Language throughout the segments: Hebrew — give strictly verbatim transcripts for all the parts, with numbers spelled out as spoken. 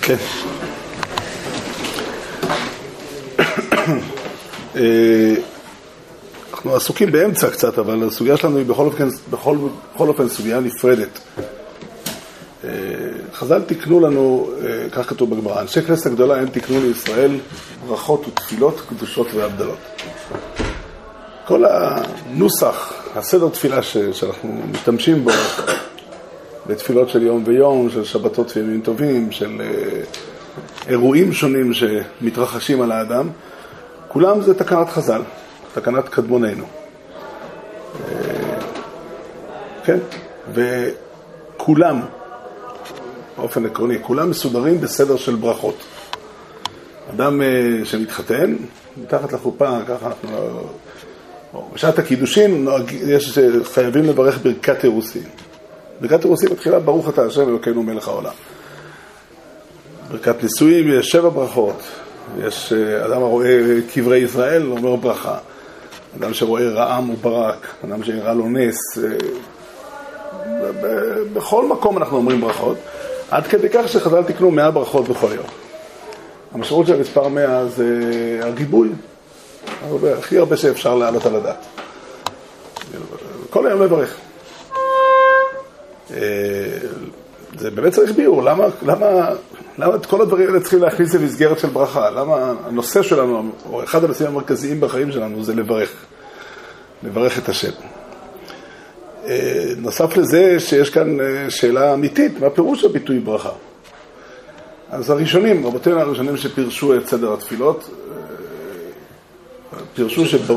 כן. אנחנו עסוקים באמצע קצת, אבל הסוגיה שלנו היא בכל אופן, בכל, בכל אופן סוגיה נפרדת. חז"ל תקנו לנו, כך כתוב בגמרא, אנשי כנסת הגדולה הם תקנו לישראל ברכות ותפילות, קדושות והבדלות. כל הנוסח, הסדר תפילה ש, שאנחנו משתמשים בו, בתפילות של יום ויום, של שבתות וימים טובים, של אירועים שונים שמתרחשים על האדם, כולם זה תקנת חז"ל, תקנת קדמוננו. כן, וכולם, באופן עקרוני, כולם מסודרים בסדר של ברכות. אדם שמתחתן, מתחת לחופה, ככה אנחנו, בשעת הקידושין, יש חייבים לברך ברכת אירוסין. ברכת אירוסין מתחילה, ברוך אתה השם אלוקינו מלך העולם. ברכת נישואים יש שבע ברכות. יש אדם הרואה קברי ישראל, אומר ברכה. אדם שרואה רעם וברק, אדם שיראה לו נס. בכל מקום אנחנו אומרים ברכות, עד כדי כך שחז"ל תקנו מאה ברכות בכל יום. המשמעות של המספר מאה זה הגיבוי, הרבה, הכי הרבה שאפשר להעלות על הדעת. כל היום לברך. זה באמת צריך ביור, למה, למה, למה את כל הדברים האלה צריכים להכניס למסגרת של ברכה? למה הנושא שלנו, או אחד הנושאים המרכזיים בחיים שלנו, זה לברך. לברך את השם. נוסף לזה שיש כאן שאלה אמיתית, מה פירוש הביטוי ברכה? אז הראשונים, רבותינו הראשונים שפירשו את סדר התפילות, פירשו ש...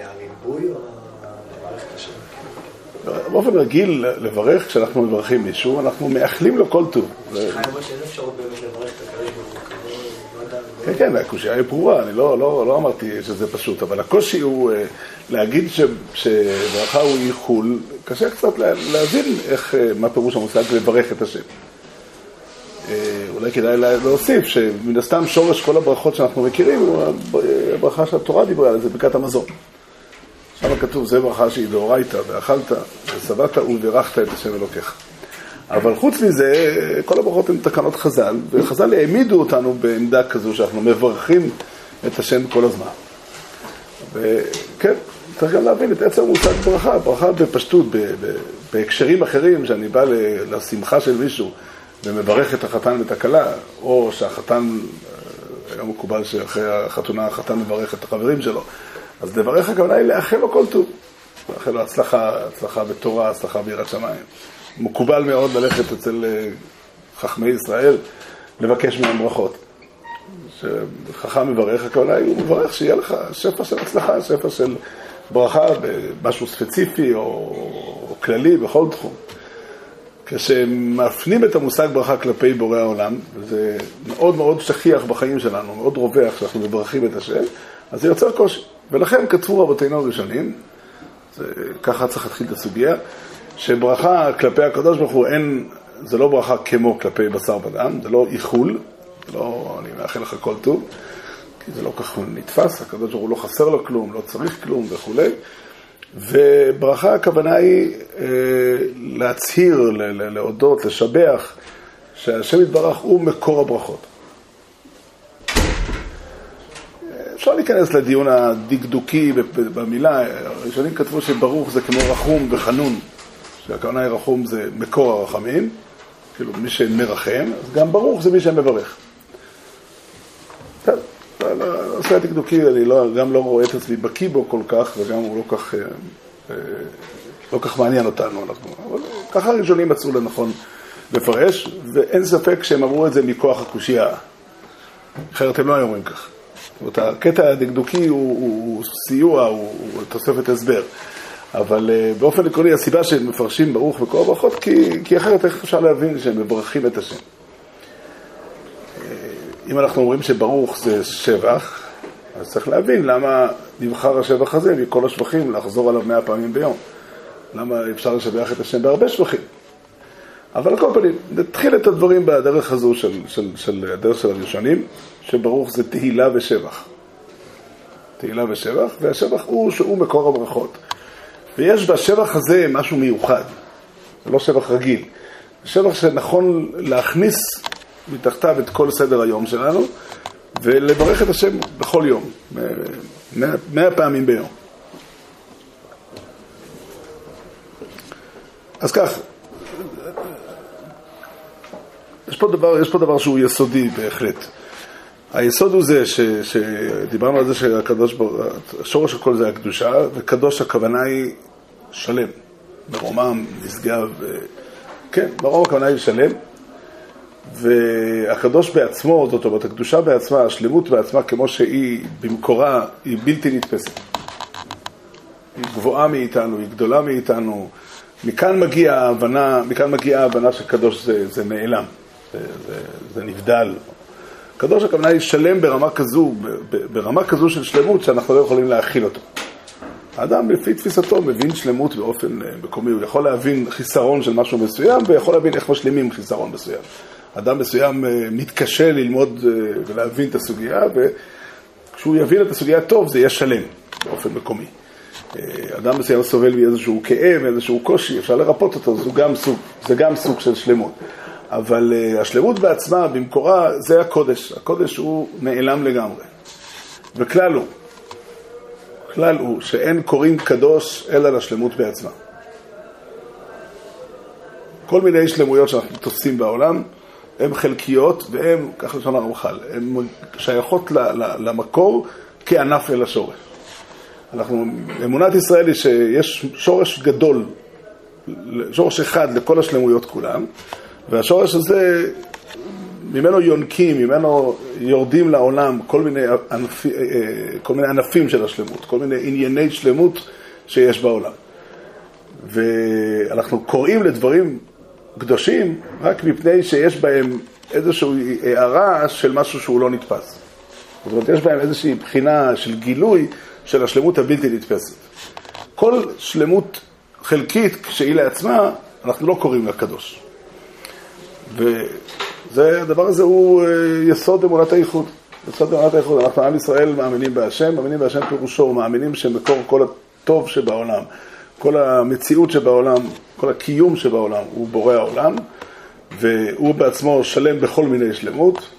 באופן רגיל לברך, כשאנחנו מברכים מישהו, אנחנו מאחלים לו כל טוב. סליחה, אבל שאין אפשרות באמת לברך את הקדוש ברוך הוא. כן, כן, הקושי היה ברורה, אני לא, לא, לא אמרתי שזה פשוט, אבל הקושי הוא להגיד ש, שברכה הוא ייחול, קשה קצת להבין איך, מה פירוש המושג לברך את השם. אולי כדאי להוסיף שמן הסתם שורש כל הברכות שאנחנו מכירים הוא הברכה שהתורה דיברה על זה, ברכת המזון. שם כתוב, זה ברכה שהיא דאורייתא, ואכלת, ושבעת וברכת את השם אלוקיך. אבל חוץ מזה, כל הברכות הן תקנות חז"ל, וחז"ל העמידו אותנו בעמדה כזו שאנחנו מברכים את השם כל הזמן. וכן, צריך גם להבין את עצם מושג ברכה, ברכה בפשטות, בהקשרים אחרים, שאני בא לשמחה של מישהו, ומברך את החתן ואת הכלה, או שהחתן, היום מקובל שאחרי החתונה החתן מברך את החברים שלו, אז לברך הכוונה היא לאחל לו כל טוב. לאחל לו הצלחה, הצלחה בתורה, הצלחה ביראת שמיים. מקובל מאוד ללכת אצל חכמי ישראל, לבקש מהם ברכות. שחכם מברך, הכוונה היא, הוא מברך שיהיה לך שפע של הצלחה, שפע של ברכה במשהו ספציפי או, או כללי בכל תחום. כשמפנים את המושג ברכה כלפי בורא העולם, זה מאוד מאוד שכיח בחיים שלנו, מאוד רווח שאנחנו מברכים את השם, אז זה יוצר קושי. ולכן כתבו רבותינו הראשונים, זה, ככה צריך להתחיל את הסוגיה, שברכה כלפי הקדוש ברוך הוא אין, זה לא ברכה כמו כלפי בשר ודם, זה לא איחול, זה לא אני מאחל לך כל טוב, כי זה לא כך נתפס, הקדוש ברוך הוא לא חסר לו כלום, לא צריך כלום וכו'. וברכה הכוונה היא אה, להצהיר, להודות, לשבח, שהשם יתברך הוא מקור הברכות. אפשר להיכנס לדיון הדקדוקי במילה, הראשונים כתבו שברוך זה כמו רחום וחנון, שהכוונה היא רחום זה מקור הרחמים, כאילו מי שמרחם, אז גם ברוך זה מי שמברך. טוב, הנושא הדקדוקי אני לא, גם לא רואה את עצמי בקיא בו כל כך, וגם הוא לא כך, לא כך מעניין אותנו. אנחנו, אבל ככה הראשונים מצאו לנכון לפרש, ואין ספק שהם אמרו את זה מכוח הקושייה. אחרת הם לא היו אומרים כך. זאת אומרת, הקטע הדקדוקי הוא, הוא, הוא סיוע, הוא, הוא תוספת הסבר. אבל uh, באופן עקרוני, הסיבה שהם מפרשים ברוך וכל הברכות, כי, כי אחרת איך אפשר להבין שהם מברכים את השם. Uh, אם אנחנו אומרים שברוך זה שבח, אז צריך להבין למה נבחר השבח הזה מכל השבחים לחזור עליו מאה פעמים ביום. למה אפשר לשבח את השם בהרבה שבחים. אבל על כל פנים, נתחיל את הדברים בדרך הזו של, של, של הדרך של הראשונים, שברוך זה תהילה ושבח. תהילה ושבח, והשבח הוא שהוא מקור הברכות. ויש בשבח הזה משהו מיוחד. זה לא שבח רגיל. זה שבח שנכון להכניס מתחתיו את כל סדר היום שלנו, ולברך את השם בכל יום, מאה, מאה פעמים ביום. אז כך, יש פה דבר, יש פה דבר שהוא יסודי בהחלט. היסוד הוא זה ש, שדיברנו על זה שהקדוש, השורש הכל זה הקדושה, וקדוש הכוונה היא שלם, ברומם, נשגב, כן, ברום הכוונה היא שלם, והקדוש בעצמו, זאת אומרת, הקדושה בעצמה, השלמות בעצמה, כמו שהיא במקורה, היא בלתי נתפסת. היא גבוהה מאיתנו, היא גדולה מאיתנו. מכאן מגיעה ההבנה, מכאן מגיעה ההבנה שקדוש זה, זה נעלם, זה, זה, זה נבדל. קדוש הכוונה היא שלם ברמה כזו, ברמה כזו של שלמות שאנחנו לא יכולים להכיל אותו. האדם לפי תפיסתו מבין שלמות באופן מקומי, הוא יכול להבין חיסרון של משהו מסוים, ויכול להבין איך משלימים חיסרון מסוים. אדם מסוים מתקשה ללמוד ולהבין את הסוגיה, וכשהוא יבין את הסוגיה טוב זה יהיה שלם באופן מקומי. אדם מסוים סובל מאיזשהו כאב, מאיזשהו קושי, אפשר לרפות אותו, זה גם סוג, זה גם סוג של שלמות. אבל השלמות בעצמה, במקורה, זה הקודש. הקודש הוא נעלם לגמרי. וכלל הוא, כלל הוא שאין קוראים קדוש אלא לשלמות בעצמה. כל מיני שלמויות שאנחנו תופסים בעולם, הן חלקיות, והן, כך לשון הרמח"ל, הן שייכות למקור כענף אל השורש. אנחנו, אמונת ישראל היא שיש שורש גדול, שורש אחד לכל השלמויות כולם, והשורש הזה, ממנו יונקים, ממנו יורדים לעולם כל מיני, ענפי, כל מיני ענפים של השלמות, כל מיני ענייני שלמות שיש בעולם. ואנחנו קוראים לדברים קדושים רק מפני שיש בהם איזושהי הערה של משהו שהוא לא נתפס. זאת אומרת, יש בהם איזושהי בחינה של גילוי של השלמות הבלתי נתפסת. כל שלמות חלקית כשהיא לעצמה, אנחנו לא קוראים לה קדוש. והדבר הזה הוא יסוד אמונת הייחוד. יסוד אמונת הייחוד. אנחנו עם ישראל מאמינים בהשם, מאמינים בהשם פירושו, מאמינים שמקור כל הטוב שבעולם, כל המציאות שבעולם, כל הקיום שבעולם הוא בורא העולם, והוא בעצמו שלם בכל מיני שלמות,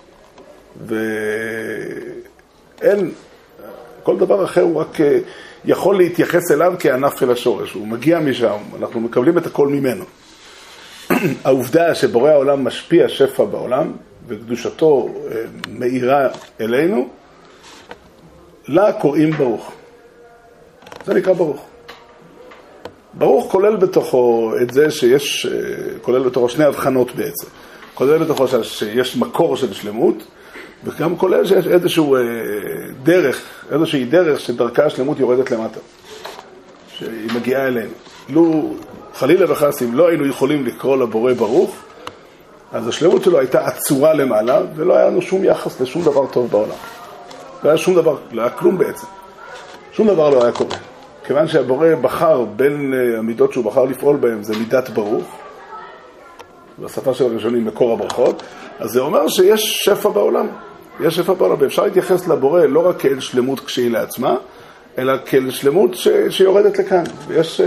ואין, כל דבר אחר הוא רק יכול להתייחס אליו כענף אל השורש, הוא מגיע משם, אנחנו מקבלים את הכל ממנו. העובדה שבורא העולם משפיע שפע בעולם, וקדושתו מאירה אלינו, לה קוראים ברוך. זה נקרא ברוך. ברוך כולל בתוכו את זה שיש, כולל בתוכו שני הבחנות בעצם. כולל בתוכו שיש מקור של שלמות, וגם כולל שיש איזשהו דרך, איזושהי דרך שדרכה השלמות יורדת למטה, שהיא מגיעה אלינו. לו חלילה וחס, אם לא היינו יכולים לקרוא לבורא ברוך, אז השלמות שלו הייתה עצורה למעלה, ולא היה לנו שום יחס לשום דבר טוב בעולם. לא היה שום דבר, לא היה כלום בעצם. שום דבר לא היה קורה. כיוון שהבורא בחר בין המידות שהוא בחר לפעול בהם, זה מידת ברוך, בשפה של הראשונים מקור הברכות, אז זה אומר שיש שפע בעולם. יש שפע בעולם, ואפשר להתייחס לבורא לא רק כאל שלמות כשהיא לעצמה, אלא כאל שלמות ש... שיורדת לכאן. ויש...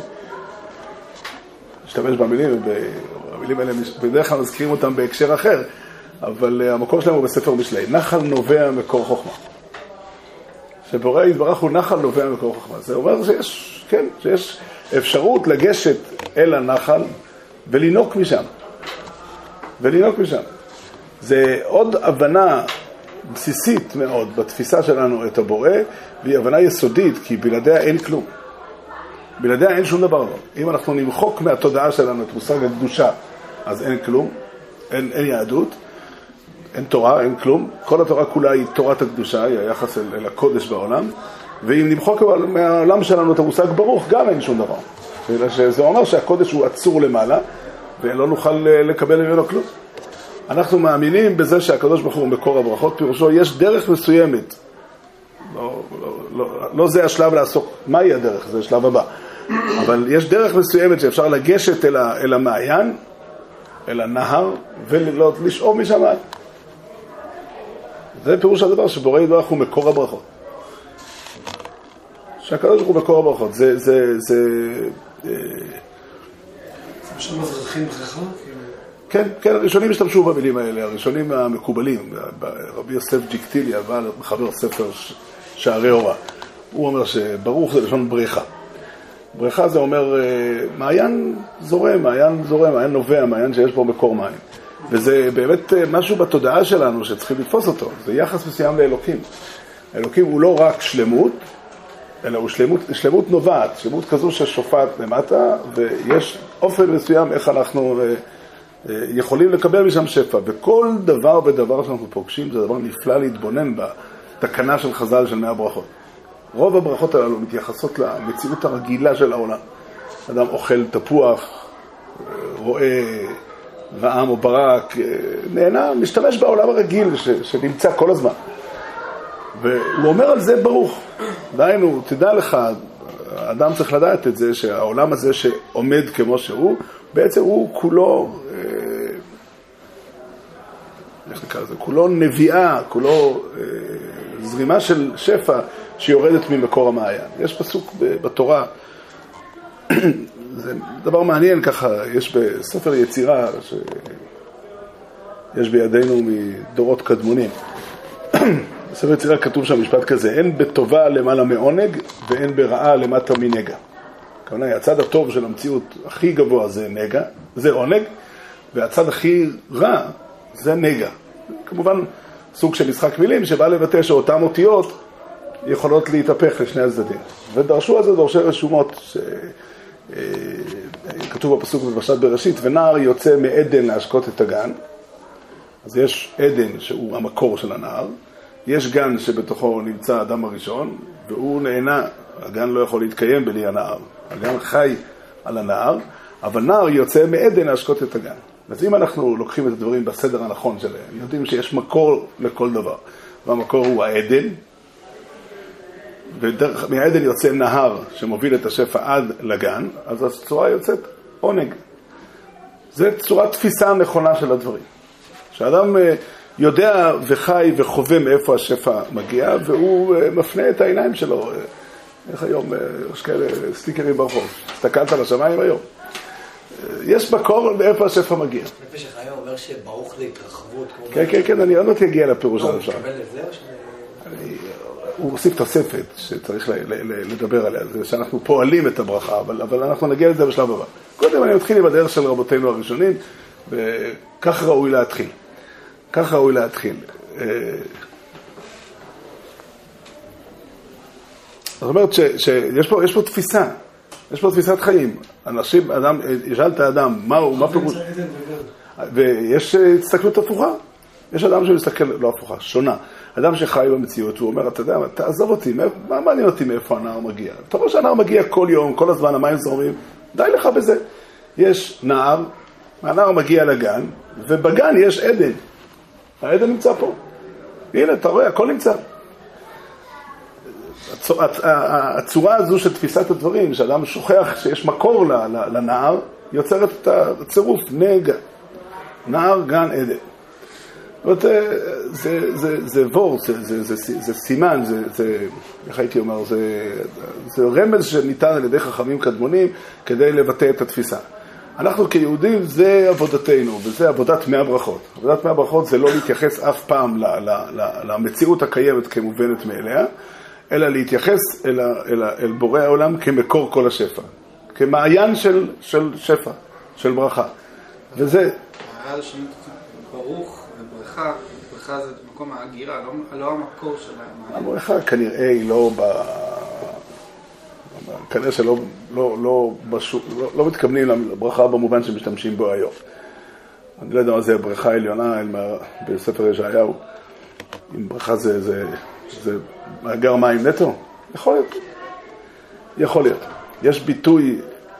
להשתמש במילים, והמילים האלה בדרך כלל מזכירים אותם בהקשר אחר, אבל המקור שלהם הוא בספר משלי. נחל נובע מקור חוכמה. שבורא יתברך הוא נחל נובע מקור חוכמה. זה אומר שיש, כן, שיש אפשרות לגשת אל הנחל ולינוק משם. ולינוק משם. זה עוד הבנה בסיסית מאוד בתפיסה שלנו את הבורא, והיא הבנה יסודית, כי בלעדיה אין כלום. בלעדיה אין שום דבר לא. אם אנחנו נמחוק מהתודעה שלנו את מושג הקדושה, אז אין כלום, אין, אין יהדות, אין תורה, אין כלום. כל התורה כולה היא תורת הקדושה, היא היחס אל, אל הקודש בעולם, ואם נמחוק מהעולם שלנו את המושג ברוך, גם אין שום דבר. אלא שזה אומר שהקודש הוא עצור למעלה, ולא נוכל לקבל ממנו כלום. אנחנו מאמינים בזה שהקדוש ברוך הוא מקור הברכות, פירושו יש דרך מסוימת. לא, לא, לא, לא זה השלב לעסוק, מהי הדרך? זה השלב הבא. אבל יש דרך מסוימת שאפשר לגשת אל, ה, אל המעיין, אל הנהר, ולשאוב משם. זה פירוש הדבר שבורא יתברך הוא מקור הברכות. שהקדוש ברוך הוא מקור הברכות. זה, זה, זה... שם מזרחים ברכה? כן, כן, הראשונים השתמשו במילים האלה, הראשונים המקובלים, רבי יוסף ג'יקטיליה, מחבר ספר שערי אורה. הוא אומר שברוך זה לשון בריכה. בריכה זה אומר מעיין זורם, מעיין זורם, מעיין נובע, מעיין שיש בו מקור מים. וזה באמת משהו בתודעה שלנו שצריכים לתפוס אותו. זה יחס מסוים לאלוקים. האלוקים הוא לא רק שלמות, אלא הוא שלמות, שלמות נובעת, שלמות כזו ששופעת למטה, ויש אופן מסוים איך אנחנו יכולים לקבל משם שפע. וכל דבר ודבר שאנחנו פוגשים זה דבר נפלא להתבונן בתקנה של חז"ל של מאה ברכות. רוב הברכות הללו מתייחסות למציאות הרגילה של העולם. אדם אוכל תפוח, רואה רעם או ברק, נהנה, משתמש בעולם הרגיל ש, שנמצא כל הזמן. והוא אומר על זה ברוך. דיינו, תדע לך, האדם צריך לדעת את זה, שהעולם הזה שעומד כמו שהוא, בעצם הוא כולו, איך נקרא לזה, כולו נביאה, כולו זרימה של שפע שיורדת ממקור המעיין. יש פסוק בתורה, זה דבר מעניין ככה, יש בספר יצירה שיש בידינו מדורות קדמונים. בספר יצירה כתוב שם משפט כזה, אין בטובה למעלה מעונג ואין ברעה למטה מנגע. כמובן, הצד הטוב של המציאות הכי גבוה זה נגע, זה עונג, והצד הכי רע זה נגע. כמובן, סוג של משחק מילים שבא לבטא שאותן אותיות יכולות להתהפך לשני הצדדים. ודרשו על זה דורשי רשומות, ש... כתוב בפסוק בפרשת בראשית, ונער יוצא מעדן להשקות את הגן. אז יש עדן שהוא המקור של הנער, יש גן שבתוכו נמצא האדם הראשון, והוא נהנה, הגן לא יכול להתקיים בלי הנער. הגן חי על הנער, אבל נער יוצא מעדן להשקות את הגן. אז אם אנחנו לוקחים את הדברים בסדר הנכון שלהם, יודעים שיש מקור לכל דבר, והמקור הוא העדן, ומהעדן יוצא נהר שמוביל את השפע עד לגן, אז הצורה יוצאת עונג. זה צורת תפיסה נכונה של הדברים. שהאדם יודע וחי וחווה מאיפה השפע מגיע, והוא מפנה את העיניים שלו. איך היום, יש כאלה סטיקרים ברחוב, הסתכלת על השמיים היום. יש מקור מאיפה השפע מגיע. נפש החיים אומר שברוך להתרחבות. כן, כן, כן, אני עוד מעט אגיע לפירוש הזה. הוא מתכוון לזה או ש... הוא הוסיף תוספת שצריך לדבר עליה, זה שאנחנו פועלים את הברכה, אבל, אבל אנחנו נגיע לזה בשלב הבא. קודם אני מתחיל עם הדרך של רבותינו הראשונים, וכך ראוי להתחיל. כך ראוי להתחיל. זאת אומרת ש, שיש פה, יש פה תפיסה, יש פה תפיסת חיים. אנשים, אדם, ישאלת האדם, מהו, מה פירוש? ויש הסתכלות הפוכה. יש אדם שמסתכל, לא הפוכה, שונה. אדם שחי במציאות, הוא אומר, אתה יודע, תעזוב אותי, מה מעניין אותי מאיפה הנער מגיע? אתה רואה שהנער מגיע כל יום, כל הזמן, המים זורמים, די לך בזה. יש נער, הנער מגיע לגן, ובגן יש עדן. העדן נמצא פה. הנה, אתה רואה, הכל נמצא. הצורה הזו של תפיסת הדברים, שאדם שוכח שיש מקור לנער, יוצרת את הצירוף, נגע. נער, גן, עדן. זה, זה, זה, זה וור, זה, זה, זה, זה, זה סימן, זה, זה, איך הייתי אומר, זה, זה רמז שניתן על ידי חכמים קדמונים כדי לבטא את התפיסה. אנחנו כיהודים, זה עבודתנו, וזה עבודת מאה ברכות. עבודת מאה ברכות זה לא להתייחס אף פעם ל, ל, ל, למציאות הקיימת כמובנת מאליה, אלא להתייחס אל, אל, אל בורא העולם כמקור כל השפע, כמעיין של, של שפע, של ברכה. וזה... ברוך וברכה, ברכה זה מקום ההגירה, לא, לא המקור שלהם. הברכה כנראה היא לא ב... כנראה שלא לא, לא, בשו... לא, לא מתכוונים לברכה במובן שמשתמשים בו היום. אני לא יודע מה זה ברכה עליונה בספר ישעיהו. אם ברכה זה, זה, זה מאגר מים נטו? יכול להיות. יכול להיות. יש ביטוי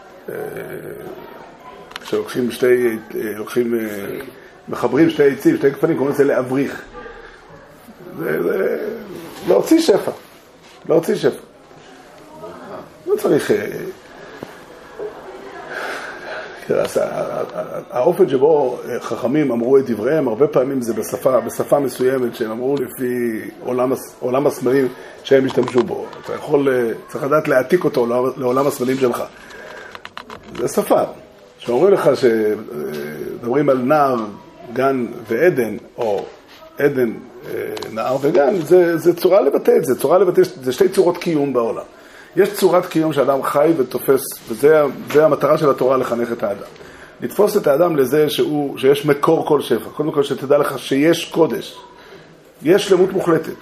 כשלוקחים שתי... לוקחים... מחברים שתי עצים, שתי גפנים, קוראים לזה להבריך. זה, זה... להוציא שפע. להוציא שפע. לא צריך... האופן שבו חכמים אמרו את דבריהם, הרבה פעמים זה בשפה, בשפה מסוימת שהם אמרו לפי עולם, עולם הסמלים שהם השתמשו בו. אתה יכול, צריך לדעת להעתיק אותו לעולם הסמלים שלך. זה שפה. שאומרים לך שדברים על נער, גן ועדן, או עדן, נער וגן, זה, זה צורה לבטא את זה, צורה לבטא, זה שתי צורות קיום בעולם. יש צורת קיום שאדם חי ותופס, וזה זה המטרה של התורה לחנך את האדם. לתפוס את האדם לזה שהוא, שיש מקור כל שפע. קודם כל שתדע לך שיש קודש. יש שלמות מוחלטת.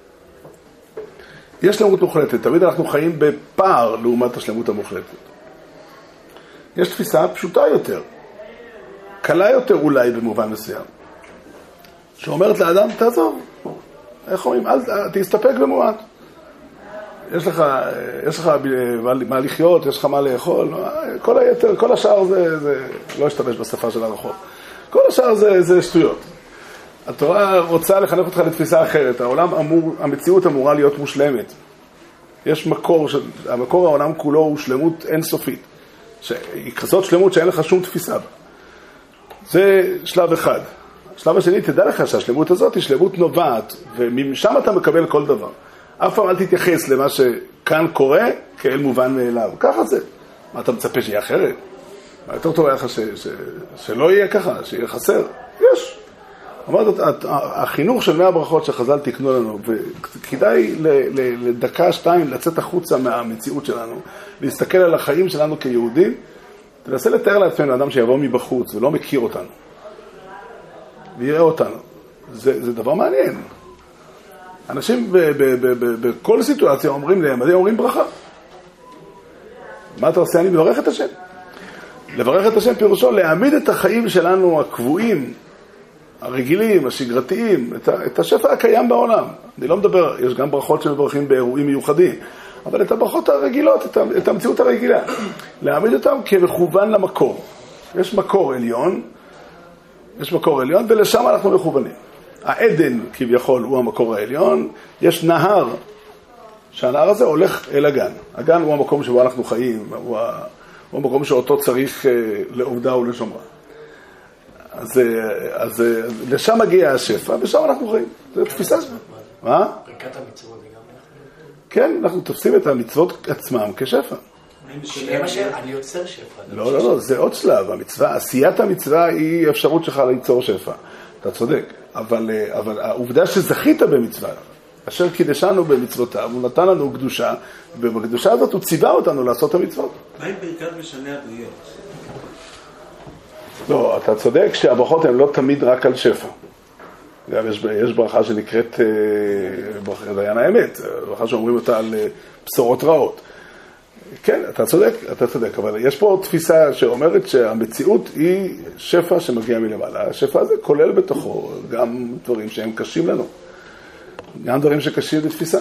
יש שלמות מוחלטת. תמיד אנחנו חיים בפער לעומת השלמות המוחלטת. יש תפיסה פשוטה יותר. קלה יותר אולי במובן מסוים. שאומרת לאדם, תעזוב. איך אומרים? אל תסתפק במועט. יש לך, יש לך מה לחיות, יש לך מה לאכול, כל היתר, כל השאר זה, זה לא אשתמש בשפה של הרחוב. כל השאר זה, זה שטויות. התורה רוצה לחנך אותך לתפיסה אחרת. העולם אמור, המציאות אמורה להיות מושלמת. יש מקור, המקור העולם כולו הוא שלמות אינסופית. היא כזאת שלמות שאין לך שום תפיסה בה. זה שלב אחד. השלב השני, תדע לך שהשלמות הזאת היא שלמות נובעת, ומשם אתה מקבל כל דבר. אף פעם אל תתייחס למה שכאן קורה כאל מובן מאליו. ככה זה. מה אתה מצפה שיהיה אחרת? מה יותר טוב היה לך ש, ש, שלא יהיה ככה, שיהיה חסר? יש. אמרת, החינוך של מאה ברכות שחז"ל תקנו לנו, וכדאי לדקה, שתיים, לצאת החוצה מהמציאות שלנו, להסתכל על החיים שלנו כיהודים, תנסה לתאר לעצמנו אדם שיבוא מבחוץ ולא מכיר אותנו, ויראה אותנו. זה, זה דבר מעניין. אנשים בכל סיטואציה אומרים להם, אז אומרים ברכה. מה אתה עושה? אני מברך את השם. לברך את השם פירושו, להעמיד את החיים שלנו הקבועים, הרגילים, השגרתיים, את השפע הקיים בעולם. אני לא מדבר, יש גם ברכות שמברכים באירועים מיוחדים, אבל את הברכות הרגילות, את המציאות הרגילה. להעמיד אותם כמכוון למקור. יש מקור עליון, יש מקור עליון, ולשם אנחנו מכוונים. העדן כביכול הוא המקור העליון, יש נהר, שהנהר הזה הולך אל הגן. הגן הוא המקום שבו אנחנו חיים, הוא, ה... הוא המקום שאותו צריך לעובדה ולשומרה. אז, אז לשם מגיע השפע, ושם אנחנו חיים. זו תפיסה שלנו. מה? פריקת המצוות גם אנחנו... כן, אנחנו תופסים את המצוות עצמם כשפע. אני יוצר שפע. לא, לא, לא, זה עוד שלב. המצווה, עשיית המצווה היא אפשרות שלך ליצור שפע. אתה צודק. אבל, אבל העובדה שזכית במצווה, אשר קידשנו במצוותיו, הוא נתן לנו קדושה, ובקדושה הזאת הוא ציווה אותנו לעשות את המצוות. מה עם ברכת משנה הבריות? לא, אתה צודק שהברכות הן לא תמיד רק על שפע. גם יש, יש ברכה שנקראת ברכה דיין האמת, ברכה שאומרים אותה על בשורות רעות. כן, אתה צודק, אתה צודק, אבל יש פה תפיסה שאומרת שהמציאות היא שפע שמגיע מלמעלה. השפע הזה כולל בתוכו גם דברים שהם קשים לנו. גם דברים שקשים בתפיסה.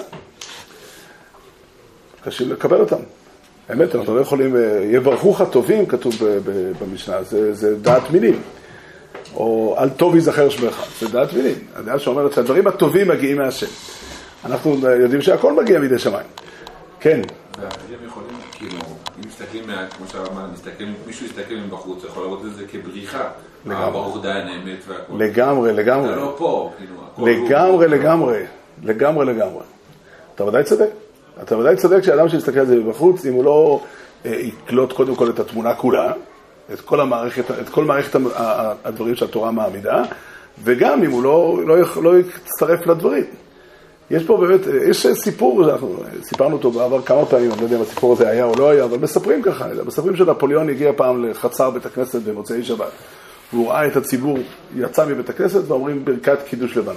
קשים לקבל אותם. האמת, אנחנו לא יכולים, יברכוך טובים, כתוב במשנה, זה, זה דעת מינים. או אל טוב יזכר שמך, זה דעת מינים. הדעה שאומרת שהדברים הטובים מגיעים מהשם. אנחנו יודעים שהכל מגיע מידי שמיים. כן. והאחרים יכולים, כאילו, אם מסתכלים, כמו שאמר, מישהו יסתכל מבחוץ, יכול לראות את זה כבריחה. ברוך דיין האמת והכל. לגמרי, לגמרי. אתה לא פה, כאילו. לגמרי, לגמרי. לגמרי, לגמרי. אתה ודאי צודק. אתה ודאי צודק שאדם שיסתכל על זה מבחוץ, אם הוא לא יקלוט קודם כל את התמונה כולה, את כל המערכת, את כל מערכת הדברים שהתורה מעמידה, וגם אם הוא לא, לא, לא יצטרף לדברים. יש פה באמת, יש סיפור, שאנחנו סיפרנו אותו בעבר כמה פעמים, אני לא יודע אם הסיפור הזה היה או לא היה, אבל מספרים ככה, מספרים שנפוליאון הגיע פעם לחצר בית הכנסת במוצאי שבת, והוא ראה את הציבור, יצא מבית הכנסת ואומרים ברכת קידוש לבנה.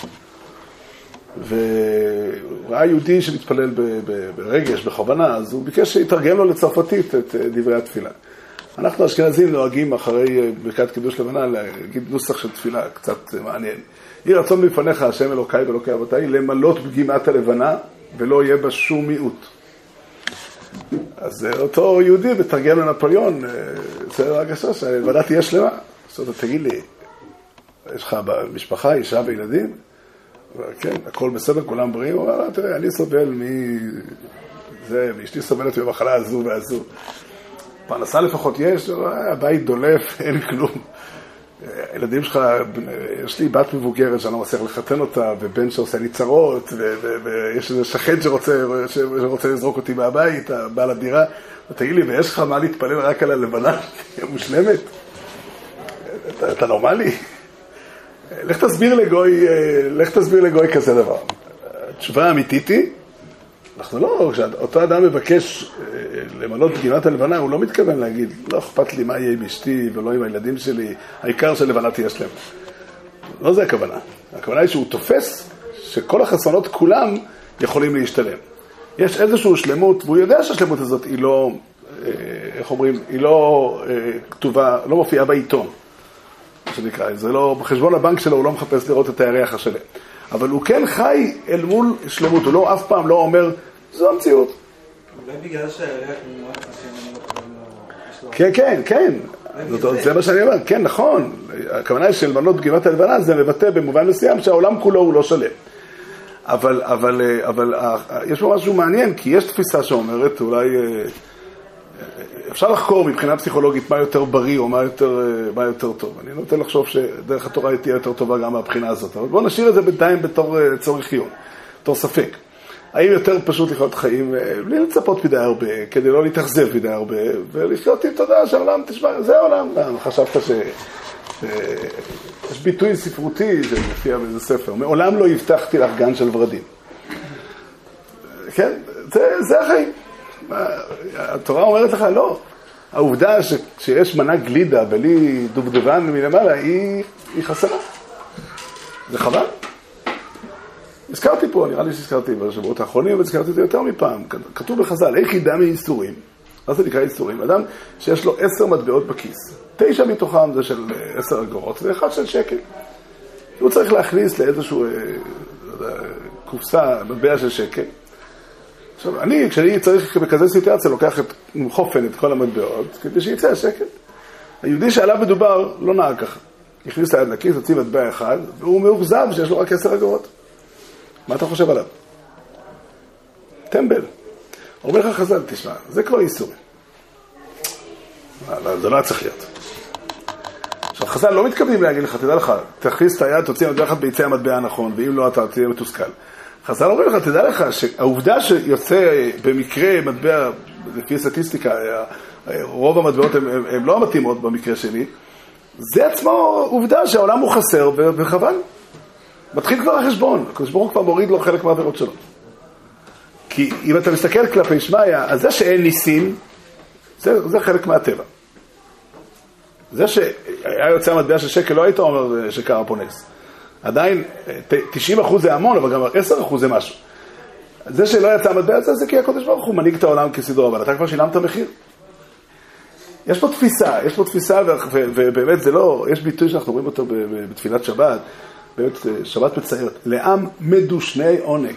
והוא ראה יהודי שמתפלל ברגש, בכוונה, אז הוא ביקש שיתרגם לו לצרפתית את דברי התפילה. אנחנו אשכנזים נוהגים אחרי ברכת קידוש לבנה להגיד נוסח של תפילה קצת מעניין. יהי רצון בפניך השם אלוקיי ואלוקי אבותיי למלות פגימת הלבנה ולא יהיה בה שום מיעוט. אז אותו יהודי בתרגם לנפוליאון, זה הרגשה שהלבנה תהיה שלמה. אז אתה תגיד לי, יש לך במשפחה, אישה וילדים? כן, הכל בסדר, כולם בריאים. הוא אומר, תראה, אני סובל מזה, ואשתי סובלת במחלה הזו והזו. פרנסה לפחות יש, הבית דולף, אין כלום. הילדים שלך, יש לי בת מבוגרת שאני לא מצליח לחתן אותה, ובן שעושה לי צרות, ויש איזה שכן שרוצה, שרוצה לזרוק אותי מהבית, בעל הדירה. תגיד לי, ויש לך מה להתפלל רק על הלבנה? תהיה מושלמת? אתה, אתה נורמלי? לך תסביר לגוי, לך תסביר לגוי כזה דבר. התשובה האמיתית היא, אנחנו לא, כשאותו אדם מבקש למנות פגימת הלבנה, הוא לא מתכוון להגיד, לא אכפת לי מה יהיה עם אשתי ולא עם הילדים שלי, העיקר שלבנה תהיה שלמה. לא זה הכוונה. הכוונה היא שהוא תופס שכל החסרונות כולם יכולים להשתלם. יש איזושהי שלמות, והוא יודע שהשלמות הזאת היא לא, איך אומרים, היא לא כתובה, לא מופיעה בעיתון. שנקרא, זה לא, בחשבון הבנק שלו הוא לא מחפש לראות את הירח השלם. אבל הוא כן חי אל מול שלמות, הוא לא, אף פעם לא אומר, זו המציאות. אולי בגלל שהירח נמרץ השם אני לא... כן, כן, כן. זה מה שאני אומר, כן, נכון. הכוונה היא של לבנות פגימת הלבנה, זה מבטא במובן מסוים שהעולם כולו הוא לא שלם. אבל, אבל, אבל, יש פה משהו מעניין, כי יש תפיסה שאומרת, אולי אפשר לחקור מבחינה פסיכולוגית מה יותר בריא או מה יותר, מה יותר טוב. אני נוטה לחשוב שדרך התורה תהיה יותר טובה גם מהבחינה הזאת. אבל בואו נשאיר את זה בינתיים בתור צורך עיון, בתור ספק. האם יותר פשוט לחיות חיים בלי לצפות מדי הרבה, כדי לא להתאכזב מדי הרבה, ולחיות עם תודה שהעולם תשמע, זה העולם. חשבת ש... יש ביטוי ספרותי שמופיע באיזה ספר, מעולם לא הבטחתי לך גן של ורדים. כן, זה, זה החיים. התורה אומרת לך, לא. העובדה ש, שיש מנה גלידה בלי דובדבן מלמעלה, היא, היא חסרה. זה חבל. הזכרתי פה, נראה לי שהזכרתי בשבועות האחרונים, אבל הזכרתי את זה יותר מפעם. כתוב בחז"ל, איך ידע מאיסורים? מה זה נקרא איסורים? אדם שיש לו עשר מטבעות בכיס. תשע מתוכם זה של עשר אגורות, ואחד של שקל. הוא צריך להכניס לאיזשהו קופסה, מטבע של שקל. עכשיו, אני, כשאני צריך בכזה סיטואציה, לוקח את חופן את כל המטבעות, כדי שיצא השקל. היהודי שעליו מדובר לא נהג ככה. הכניס ליד לכיס, הוציא מטבע אחד, והוא מאוכזב שיש לו רק עשר אגורות. מה אתה חושב עליו? טמבל. אומר לך חז"ל, תשמע, זה כבר איסורים. זה לא צריך להיות. עכשיו, חז"ל לא מתכוונים להגיד לך, תדע לך, תכניס את היד, תוציא מטבע אחד ביצי המטבע הנכון, ואם לא, אתה תהיה מתוסכל. חז"ל אומר לך, תדע לך, שהעובדה שיוצא במקרה מטבע, לפי סטטיסטיקה, רוב המטבעות הם, הם, הם לא המתאימות במקרה שלי, זה עצמו עובדה שהעולם הוא חסר וחבל. מתחיל כבר החשבון, הקדוש ברוך הוא כבר מוריד לו חלק מהעבירות שלו. כי אם אתה מסתכל כלפי שמעיה, אז זה שאין ניסים, זה, זה חלק מהטבע. זה שהיה יוצא מטבע של שקל, לא היית אומר שקרה פה נס. עדיין, תשעים אחוז זה המון, אבל גם עשרה אחוז זה משהו. זה שלא יצא מטבע הזה, זה כי הקדוש ברוך הוא מנהיג את העולם כסדרו, אבל אתה כבר שילמת מחיר. יש פה תפיסה, יש פה תפיסה, ובאמת זה לא, יש ביטוי שאנחנו רואים אותו בתפילת שבת, באמת שבת מציירת, לעם מדושני עונג.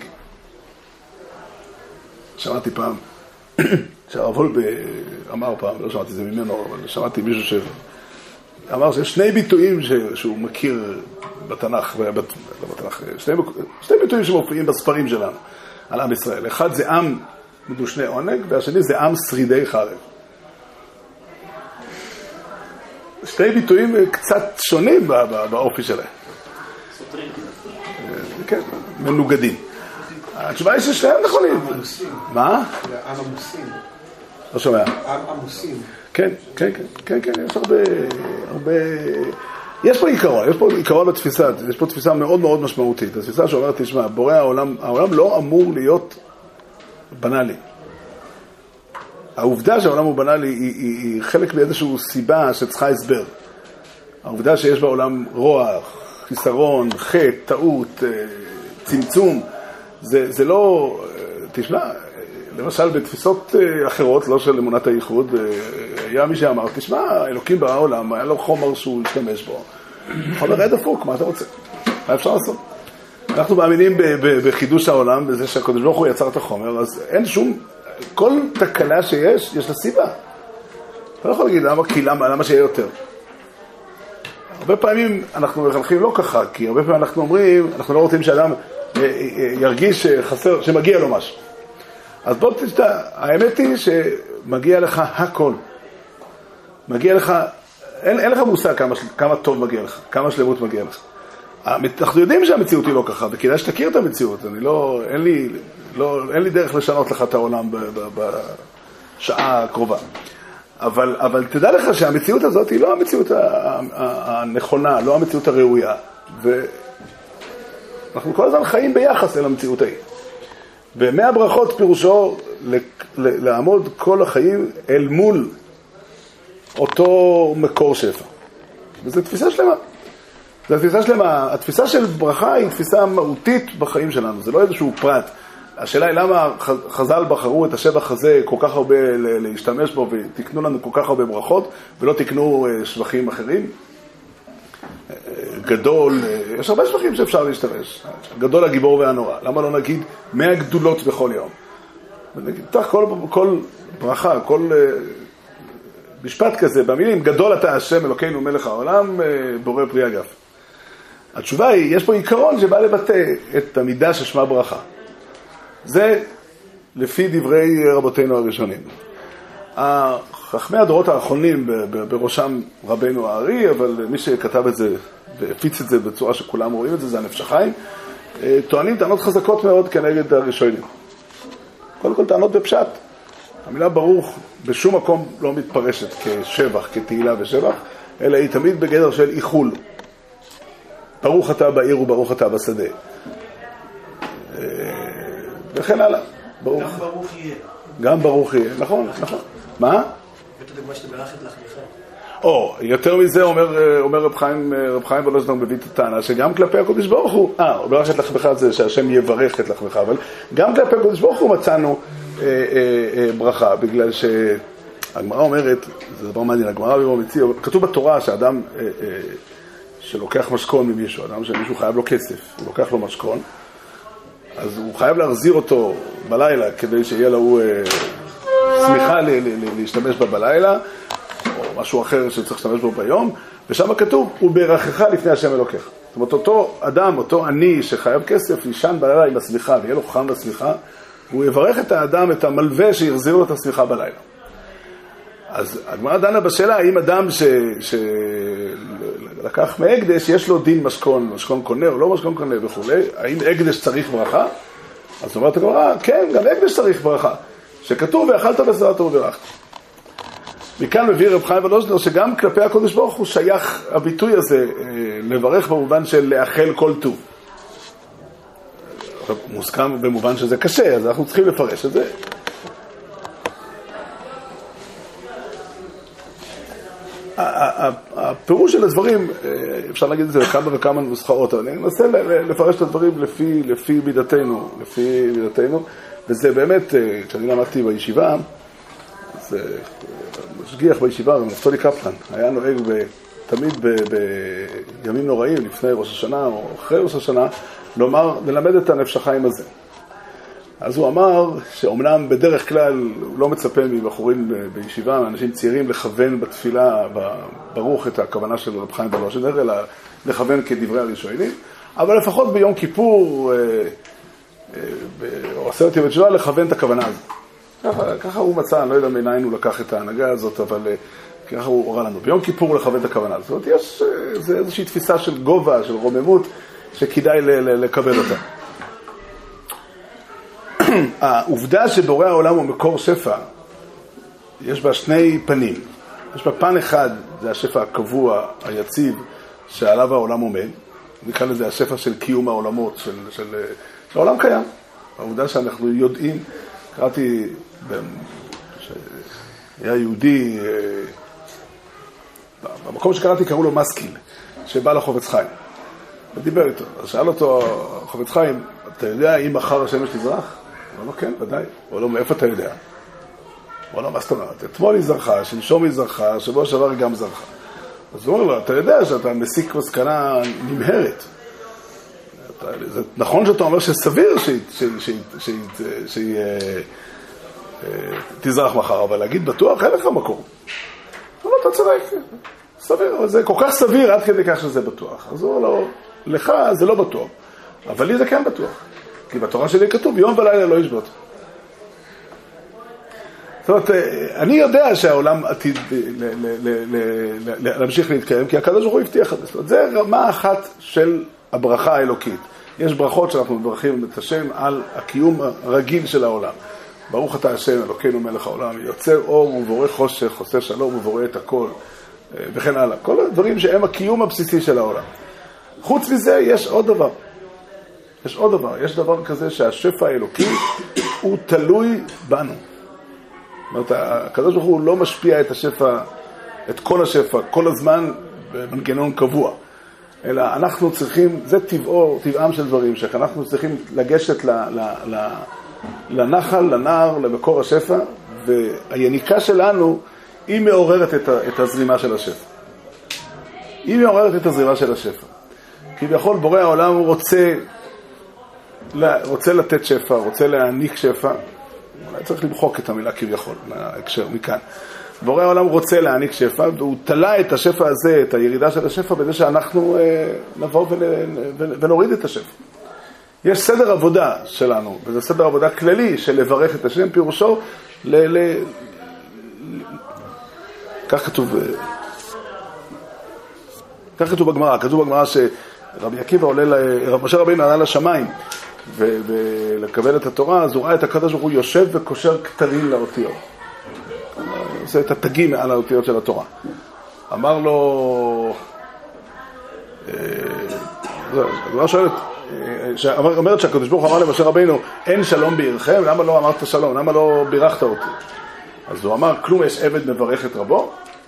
שמעתי פעם, שהרב וולבה אמר פעם, לא שמעתי זה ממנו, אבל שמעתי מישהו שאמר שיש שני ביטויים שהוא מכיר בתנ"ך, בתנ"ך שני, שני ביטויים שמופיעים בספרים שלנו על עם ישראל. אחד זה עם מדושני עונג, והשני זה עם שרידי חרב. שני ביטויים קצת שונים באופי שלהם. סותרים. כן, מנוגדים. התשובה היא ששניהם נכונים. מה? עם עמוסים. לא שומע. עם עמוסים. כן, כן, כן, כן, יש הרבה, הרבה... יש פה עיקרון, יש פה עיקרון בתפיסה, יש פה תפיסה מאוד מאוד משמעותית. התפיסה שאומרת, תשמע, בורא העולם, העולם לא אמור להיות בנאלי. העובדה שהעולם הוא בנאלי היא, היא, היא חלק מאיזושהי סיבה שצריכה הסבר. העובדה שיש בעולם רוע, חיסרון, חטא, טעות, צמצום, זה, זה לא, תשמע, למשל בתפיסות אחרות, לא של אמונת הייחוד, היה מי שאמר, תשמע, אלוקים ברא העולם, היה לו חומר שהוא השתמש בו. חומר היה דפוק, מה אתה רוצה? מה אפשר לעשות? אנחנו מאמינים בחידוש העולם, בזה שהקדוש ברוך הוא יצר את החומר, אז אין שום, כל תקלה שיש, יש לה סיבה. אתה לא יכול להגיד למה, כי למה, למה שיהיה יותר. הרבה פעמים אנחנו מחנכים לא ככה, כי הרבה פעמים אנחנו אומרים, אנחנו לא רוצים שאדם ירגיש שחסר, שמגיע לו משהו. אז בוא תשתה, האמת היא שמגיע לך הכל. מגיע לך, אין, אין לך מושג כמה, כמה טוב מגיע לך, כמה שלמות מגיע לך. אנחנו יודעים שהמציאות היא לא ככה, וכדאי שתכיר את המציאות. אני לא, אין לי, לא, אין לי דרך לשנות לך את העולם השעה הקרובה. אבל, אבל תדע לך שהמציאות הזאת היא לא המציאות הנכונה, לא המציאות הראויה. ואנחנו כל הזמן חיים ביחס אל המציאות ההיא. ומאה ברכות פירושו לעמוד כל החיים אל מול אותו מקור שפע. וזו תפיסה שלמה. זו תפיסה שלמה. התפיסה של ברכה היא תפיסה מהותית בחיים שלנו. זה לא איזשהו פרט. השאלה היא למה חז"ל בחרו את השבח הזה כל כך הרבה להשתמש בו ותקנו לנו כל כך הרבה ברכות ולא תקנו שבחים אחרים. גדול, יש הרבה שבחים שאפשר להשתמש. גדול הגיבור והנורא. למה לא נגיד מאה גדולות בכל יום? ונגיד, תח כל, כל ברכה, כל משפט כזה, במילים, גדול אתה השם אלוקינו מלך העולם, בורא פרי אגף. התשובה היא, יש פה עיקרון שבא לבטא את המידה ששמה ברכה. זה לפי דברי רבותינו הראשונים. חכמי הדורות האחרונים, בראשם רבנו הארי, אבל מי שכתב את זה והפיץ את זה בצורה שכולם רואים את זה, זה הנפש החיים, טוענים טענות חזקות מאוד כנגד הראשונים. קודם כל טענות בפשט. המילה ברוך בשום מקום לא מתפרשת כשבח, כתהילה ושבח, אלא היא תמיד בגדר של איחול. ברוך אתה בעיר וברוך אתה בשדה. וכן הלאה. גם ברוך יהיה. גם ברוך יהיה, נכון, נכון. מה? ואתה דוגמה שאתה ברכת לחמך. או, יותר מזה אומר, אומר רב חיים, רב חיים ולוזנר מביא את הטענה, שגם כלפי הקודש ברוך הוא, אה, ברכת לחמך זה שהשם יברך את לחמך, אבל גם כלפי הקודש ברוך הוא מצאנו אה, אה, אה, ברכה, בגלל שהגמרא אומרת, זה דבר מעניין, הגמרא ביום מציע, כתוב בתורה שאדם אה, אה, שלוקח משכון ממישהו, אדם שמישהו חייב לו כסף, הוא לוקח לו משכון, אז הוא חייב להחזיר אותו בלילה כדי שיהיה לו אה, סמיכה ל- ל- ל- להשתמש בה בלילה, או משהו אחר שצריך להשתמש בו ביום, ושם כתוב, הוא ברכך לפני השם אלוקיך. זאת אומרת, אותו אדם, אותו עני שחייב כסף, ישן בלילה עם הסמיכה, ויהיה לו חם בסמיכה, הוא יברך את האדם, את המלווה שיחזיר לו את הסמיכה בלילה. אז הגמרא דנה בשאלה, האם אדם שלקח מהקדש, יש לו דין משכון, משכון קונה או לא משכון קונה וכו', האם הקדש צריך ברכה? אז אומרת הגמרא, כן, גם הקדש צריך ברכה. שכתוב, ואכלת ושבעת וברכת. מכאן מביא רב חיים ולוזנר שגם כלפי הקודש ברוך הוא שייך הביטוי הזה לברך במובן של לאכל כל טוב. מוסכם במובן שזה קשה, אז אנחנו צריכים לפרש את זה. הפירוש של הדברים, אפשר להגיד את זה לכמה וכמה נוסחאות, אבל אני מנסה לפרש את הדברים לפי, לפי מידתנו, לפי מידתנו, וזה באמת, כשאני למדתי בישיבה, אז משגיח בישיבה, נפתולי קפלן, היה נוהג ב, תמיד ב, בימים נוראים, לפני ראש השנה או אחרי ראש השנה, לומר, ללמד את הנפש החיים הזה. אז הוא אמר שאומנם בדרך כלל הוא לא מצפה מבחורים בישיבה, אנשים צעירים לכוון בתפילה ברוך את הכוונה של רב חיים ולוזנר, אלא לכוון כדברי הראשונים, אבל לפחות ביום כיפור, או עשרת ימי תשובה, לכוון את הכוונה הזאת. ככה, ככה הוא מצא, אני לא יודע מניין הוא לקח את ההנהגה הזאת, אבל ככה הוא הורא לנו. ביום כיפור לכוון את הכוונה הזאת. זאת אומרת, יש זה איזושהי תפיסה של גובה, של רוממות, שכדאי לקבל אותה. העובדה שבורא העולם הוא מקור שפע, יש בה שני פנים. יש בה פן אחד, זה השפע הקבוע, היציב, שעליו העולם עומד. נקרא לזה השפע של קיום העולמות, של, של, של העולם קיים. העובדה שאנחנו יודעים, קראתי, היה יהודי, במקום שקראתי קראו לו מסקיל, שבא לחובץ חיים. ודיבר איתו, אז שאל אותו חובץ חיים, אתה יודע אם מחר השמש תזרח? הוא אמר, כן, ודאי. הוא אמר, מאיפה אתה יודע? הוא אמר, מה זאת אומרת? אתמול היא זרחה, שלשום היא זרחה, שבוע שעבר היא גם זרחה. אז הוא אומר לו, אתה יודע שאתה מסיק מסקנה נמהרת. זה נכון שאתה אומר שסביר שהיא תזרח מחר, אבל להגיד בטוח, אין לך מקום. הוא אומר, אתה צודק, סביר, אבל זה כל כך סביר עד כדי כך שזה בטוח. אז הוא אומר לו, לך זה לא בטוח, אבל לי זה כן בטוח. כי בתורה שלי כתוב, יום ולילה לא ישבות. זאת אומרת, אני יודע שהעולם עתיד להמשיך להתקיים, כי הקדוש ברוך הוא הבטיח את זה. זאת אומרת, זה רמה אחת של הברכה האלוקית. יש ברכות שאנחנו מברכים את השם על הקיום הרגיל של העולם. ברוך אתה השם אלוקינו מלך העולם, יוצר אור ובורא חושך, עושה שלום ובורא את הכל, וכן הלאה. כל הדברים שהם הקיום הבסיסי של העולם. חוץ מזה יש עוד דבר. יש עוד דבר. יש דבר כזה שהשפע האלוקי הוא תלוי בנו. זאת אומרת, הקדוש ברוך הוא לא משפיע את השפע, את כל השפע, כל הזמן במנגנון קבוע. אלא אנחנו צריכים, זה טבעו, טבעם של דברים, שאנחנו צריכים לגשת ל, ל, ל, לנחל, לנער, למקור השפע, והיניקה שלנו היא מעוררת את, ה, את הזרימה של השפע. היא מעוררת את הזרימה של השפע. כביכול בורא העולם הוא רוצה, רוצה לתת שפע, רוצה להעניק שפע, אולי צריך למחוק את המילה כביכול, מההקשר מכאן. בורא העולם רוצה להעניק שפע, והוא תלה את השפע הזה, את הירידה של השפע, בזה שאנחנו אה, נבוא ול, ונוריד את השפע. יש סדר עבודה שלנו, וזה סדר עבודה כללי של לברך את השם, פירושו, ל, ל, כך כתוב, כך כתוב בגמרא, כתוב בגמרא שרבי עקיבא עולה, רב משה רבינו עלה לשמיים, ולקבל את התורה, אז הוא ראה את הקדוש ברוך הוא יושב וקושר כתרים לאותיות. עושה את התגים מעל האותיות של התורה. אמר לו, הגמרא שואלת, אומרת שהקדוש ברוך הוא אמר למשה רבינו, אין שלום בעירכם, למה לא אמרת שלום? למה לא בירכת אותי? אז הוא אמר, כלום יש עבד מברך את רבו?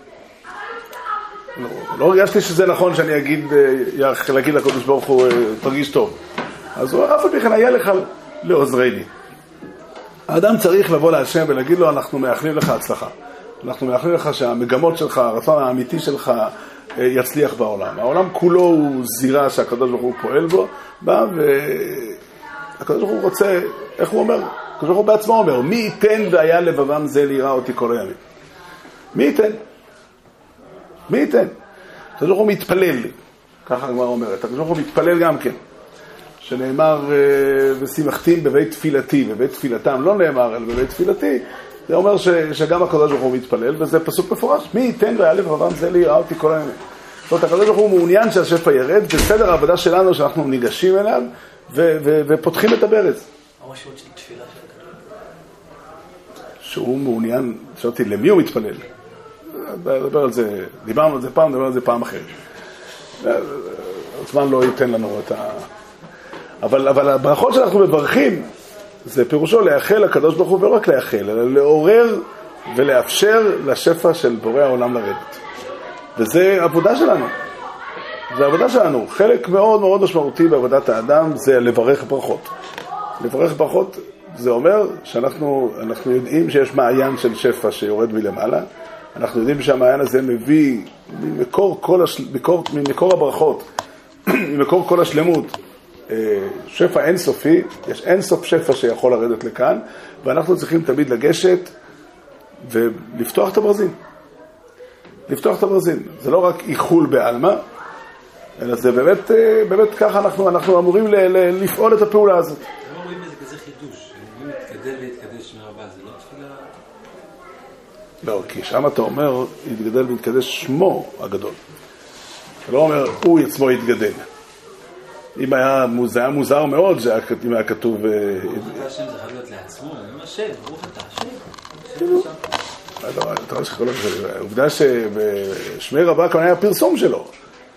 לא הרגשתי שזה נכון שאני אגיד, להגיד לקדוש ברוך הוא, תרגיש טוב. אז הוא אף אחד מכן היה לך לעוזרני. האדם צריך לבוא להשם ולהגיד לו, אנחנו מאחלים לך הצלחה. אנחנו מאחלים לך שהמגמות שלך, הרצון האמיתי שלך יצליח בעולם. העולם כולו הוא זירה שהקדוש ברוך הוא פועל בו, בא והקדוש ברוך הוא רוצה, איך הוא אומר? הקדוש ברוך הוא בעצמו אומר, מי ייתן והיה לבבם זה ליראה אותי כל הימים. מי ייתן? מי ייתן? הקדוש ברוך הוא מתפלל לי. ככה הגמרא אומרת. הקדוש ברוך הוא מתפלל גם כן. שנאמר ושימחתים בבית תפילתי, בבית תפילתם לא נאמר, אלא בבית תפילתי, זה אומר ש, שגם הקדוש ברוך הוא מתפלל, וזה פסוק מפורש, מי ייתן והיה לבבם זה ליראה אותי כל הימים. זאת אומרת, הקדוש ברוך הוא מעוניין שהשפע ירד, בסדר העבודה שלנו שאנחנו ניגשים אליו, ו, ו, ופותחים את הברז. המשמעות של תפילה של הקדוש? שהוא מעוניין, שאלתי, למי הוא מתפלל? נדבר על זה, דיברנו על זה פעם, נדבר על זה פעם אחרת. הזמן לא ייתן לנו את ה... אבל, אבל הברכות שאנחנו מברכים, זה פירושו לאחל לקדוש ברוך הוא, ולא רק לאחל, אלא לעורר ולאפשר לשפע של בורא העולם לרדת. וזה עבודה שלנו. זה עבודה שלנו. חלק מאוד מאוד משמעותי בעבודת האדם זה לברך ברכות. לברך ברכות זה אומר שאנחנו אנחנו יודעים שיש מעיין של שפע שיורד מלמעלה. אנחנו יודעים שהמעיין הזה מביא ממקור, כל הש... מקור, ממקור הברכות, ממקור כל השלמות. שפע אינסופי, יש אינסוף שפע שיכול לרדת לכאן, ואנחנו צריכים תמיד לגשת ולפתוח את הברזים. לפתוח את הברזים. זה לא רק איחול בעלמא, אלא זה באמת, באמת ככה אנחנו, אנחנו אמורים ל, ל, לפעול את הפעולה הזאת. לא רואים בזה כזה חידוש, אם מתגדל ויתקדש מהרבה, זה לא תפילה? לא, כי שם אתה אומר, יתגדל ויתקדש שמו הגדול. אתה לא אומר, הוא עצמו יתגדל. אם היה, זה היה מוזר מאוד, אם היה כתוב... ברוך אתה השם זה חייב להיות לעצמו, אני אומר השם, ברוך אתה השם. אתה רואה שכל זה, העובדה שבשמי רבה כאן היה פרסום שלו.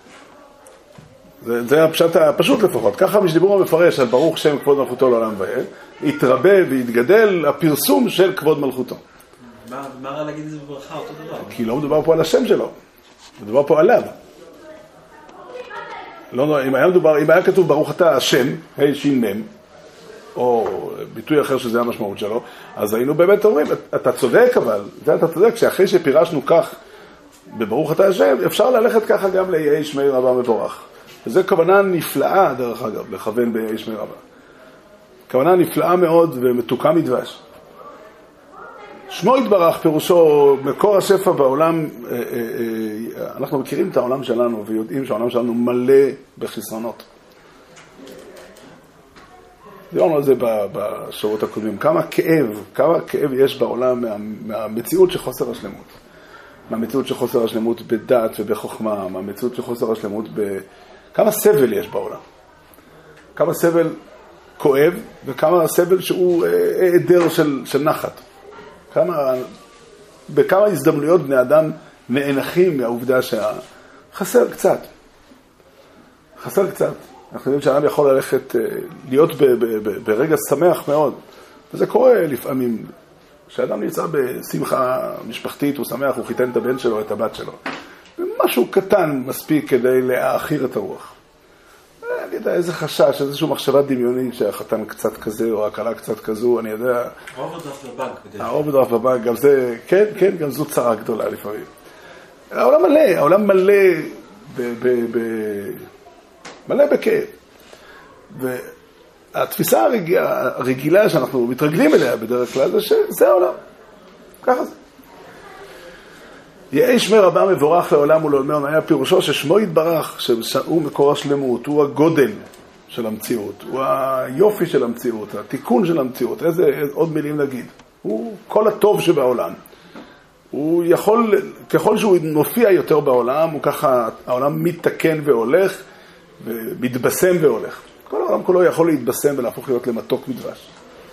זה הפשט הפשוט לפחות. ככה משדיבור המפרש על ברוך שם כבוד מלכותו לעולם ועד, יתרבה ויתגדל הפרסום של כבוד מלכותו. מה רע להגיד את זה בברכה, אותו דבר? כי לא מדובר פה על השם שלו, מדובר פה עליו. לא, לא, אם היה מדובר, אם היה כתוב ברוך אתה השם, ה' ש' מ', או ביטוי אחר שזה המשמעות שלו, אז היינו באמת אומרים, אתה צודק אבל, זה אתה צודק, שאחרי שפירשנו כך בברוך אתה השם, אפשר ללכת ככה גם ליהי שמי רבה מבורך. וזו כוונה נפלאה, דרך אגב, לכוון ביהי שמי רבה. כוונה נפלאה מאוד ומתוקה מדבש. שמו יתברך פירושו, מקור השפע בעולם, אנחנו מכירים את העולם שלנו ויודעים שהעולם שלנו מלא בחסרונות. דיברנו על זה בשבועות הקודמים. כמה כאב, כמה כאב יש בעולם מה, מהמציאות של חוסר השלמות. מהמציאות של חוסר השלמות בדעת ובחוכמה, מהמציאות של חוסר השלמות ב... כמה סבל יש בעולם. כמה סבל כואב, וכמה סבל שהוא היעדר של, של נחת. כמה, בכמה הזדמנויות בני אדם נאנחים מהעובדה שחסר קצת. חסר קצת. אנחנו יודעים שאדם יכול ללכת, להיות ב, ב, ב, ברגע שמח מאוד. וזה קורה לפעמים. כשאדם נמצא בשמחה משפחתית, הוא שמח, הוא חיתן את הבן שלו, את הבת שלו. משהו קטן מספיק כדי להאחיר את הרוח. אני יודע, איזה חשש, איזושהי מחשבה דמיונית שהחתן קצת כזה או הקלה קצת כזו, אני יודע... האוברדרפט בבנק. האוברדרפט בבנק, גם זה, כן, כן, גם זו צרה גדולה לפעמים. העולם מלא, העולם מלא ב... ב, ב מלא בכאב. והתפיסה הרגילה, הרגילה שאנחנו מתרגלים אליה בדרך כלל, זה שזה העולם. ככה זה. יהי שמי רבה מבורך לעולם ולעולמי, היה פירושו ששמו יתברך, שהוא מקור השלמות, הוא הגודל של המציאות, הוא היופי של המציאות, התיקון של המציאות, איזה, איזה עוד מילים נגיד. הוא כל הטוב שבעולם. הוא יכול, ככל שהוא מופיע יותר בעולם, הוא ככה, העולם מתתקן והולך, ומתבשם והולך. כל העולם כולו יכול להתבשם ולהפוך להיות למתוק מדבש.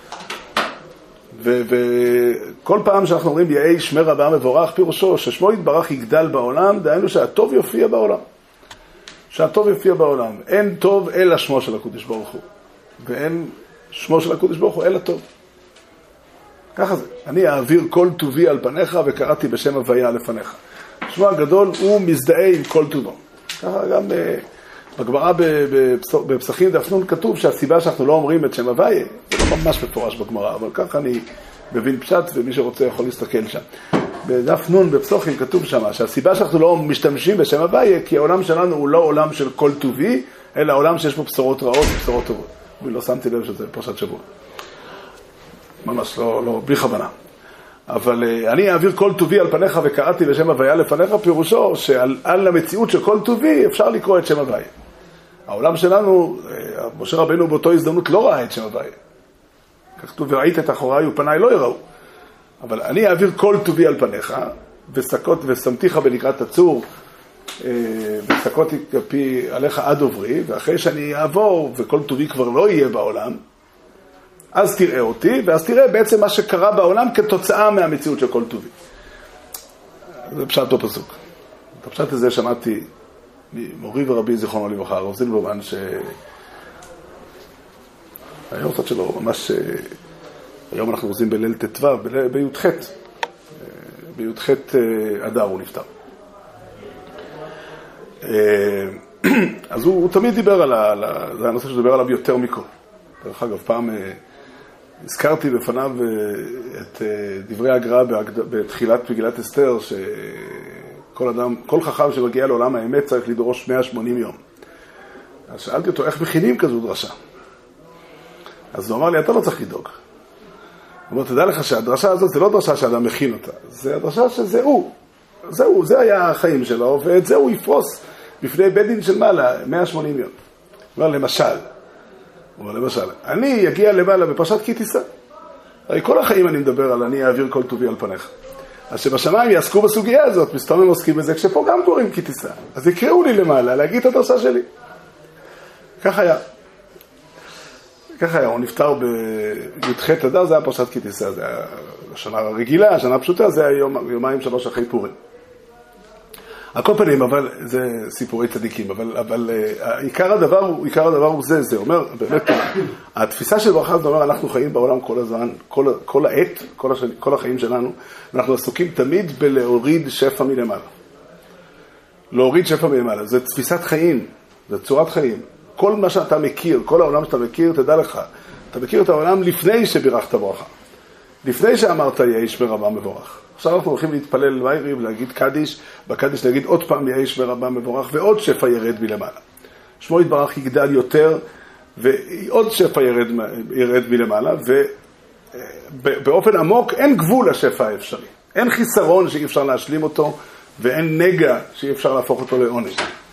וכל פעם שאנחנו אומרים יהי שמי רבה מבורך, פירושו ששמו יתברך יגדל בעולם, דהיינו שהטוב יופיע בעולם. שהטוב יופיע בעולם. אין טוב אלא שמו של הקדוש ברוך הוא. ואין שמו של הקדוש ברוך הוא אלא טוב. ככה זה. אני אעביר כל טובי על פניך וקראתי בשם הוויה לפניך. שמו הגדול הוא מזדהה עם כל טובו. ככה גם בגמרא בפסחים דף נון כתוב שהסיבה שאנחנו לא אומרים את שם הוויה, זה לא ממש מפורש בגמרא, אבל ככה אני מבין פשט ומי שרוצה יכול להסתכל שם. בדף נון בפסחים כתוב שם שהסיבה שאנחנו לא משתמשים בשם הוויה, כי העולם שלנו הוא לא עולם של כל טובי, אלא עולם שיש בו בשורות רעות ובשורות טובות. ולא שמתי לב שזה פרשת שבוע. ממש לא, לא, בלי כוונה. אבל uh, אני אעביר כל טובי על פניך וקראתי בשם הוויה לפניך, פירושו שעל על המציאות של כל טובי אפשר לקרוא את שם הוויה. העולם שלנו, uh, משה רבנו באותו הזדמנות לא ראה את שם הוויה. כך כתוב, וראית את אחוריי ופניי לא יראו. אבל אני אעביר כל טובי על פניך, וסקות ושמתיך בלקרת הצור, uh, וסקותי כפי עליך עד עוברי, ואחרי שאני אעבור וכל טובי כבר לא יהיה בעולם, אז תראה אותי, ואז תראה בעצם מה שקרה בעולם כתוצאה מהמציאות של כל טובי. זה פשט אותו פסוק. את הפשט הזה שמעתי ממורי ורבי זיכרונו לברכה, הרב זילברמן, שהיום קצת שלו, ממש, היום אנחנו עושים בליל ט"ו, בי"ח, בי"ח אדר הוא נפטר. אז הוא, הוא תמיד דיבר על, על, זה הנושא שדיבר עליו יותר מכל. דרך אגב, פעם הזכרתי בפניו את דברי הגר"א בתחילת מגילת אסתר, שכל אדם, כל חכם שמגיע לעולם האמת צריך לדרוש מאה ושמונים יום. אז שאלתי אותו, איך מכינים כזו דרשה? אז הוא אמר לי, אתה לא צריך לדאוג. הוא אומר, תדע לך שהדרשה הזאת זה לא דרשה שאדם מכין אותה, זה הדרשה שזה הוא. זהו, זה היה החיים שלו, ואת זה הוא יפרוס בפני בית דין של מעלה, מאה ושמונים יום. הוא אומר, למשל, הוא אומר, למשל, אני אגיע למעלה בפרשת כי תישא. הרי כל החיים אני מדבר על אני אעביר כל טובי על פניך. אז שבשמיים יעסקו בסוגיה הזאת, מסתום הם עוסקים בזה, כשפה גם קוראים כי תישא. אז יקראו לי למעלה, להגיד את הדרשה שלי. כך היה. כך היה, הוא נפטר בי"ח אדר, זה היה פרשת כי תישא, זה היה השנה הרגילה, השנה הפשוטה, זה היה יום, יומיים שלוש אחרי פורים. על כל פנים, אבל זה סיפורי צדיקים, אבל, אבל עיקר הדבר הוא, עיקר הדבר הוא זה, זה אומר, באמת, התפיסה של ברכה, זאת אומרת, אנחנו חיים בעולם כל הזמן, כל, כל העת, כל, השני, כל החיים שלנו, ואנחנו עסוקים תמיד בלהוריד שפע מלמעלה. להוריד שפע מלמעלה, זה תפיסת חיים, זה צורת חיים. כל מה שאתה מכיר, כל העולם שאתה מכיר, תדע לך, אתה מכיר את העולם לפני שבירכת ברכה. לפני שאמרת יהי שמי רבה מבורך. עכשיו אנחנו הולכים להתפלל למעריב, להגיד קדיש, בקדיש להגיד עוד פעם יהי שמי רבה מבורך, ועוד שפע ירד מלמעלה. שמו יתברך יגדל יותר, ועוד שפע ירד, ירד מלמעלה, ובאופן עמוק אין גבול לשפע האפשרי. אין חיסרון שאי אפשר להשלים אותו, ואין נגע שאי אפשר להפוך אותו לעונג.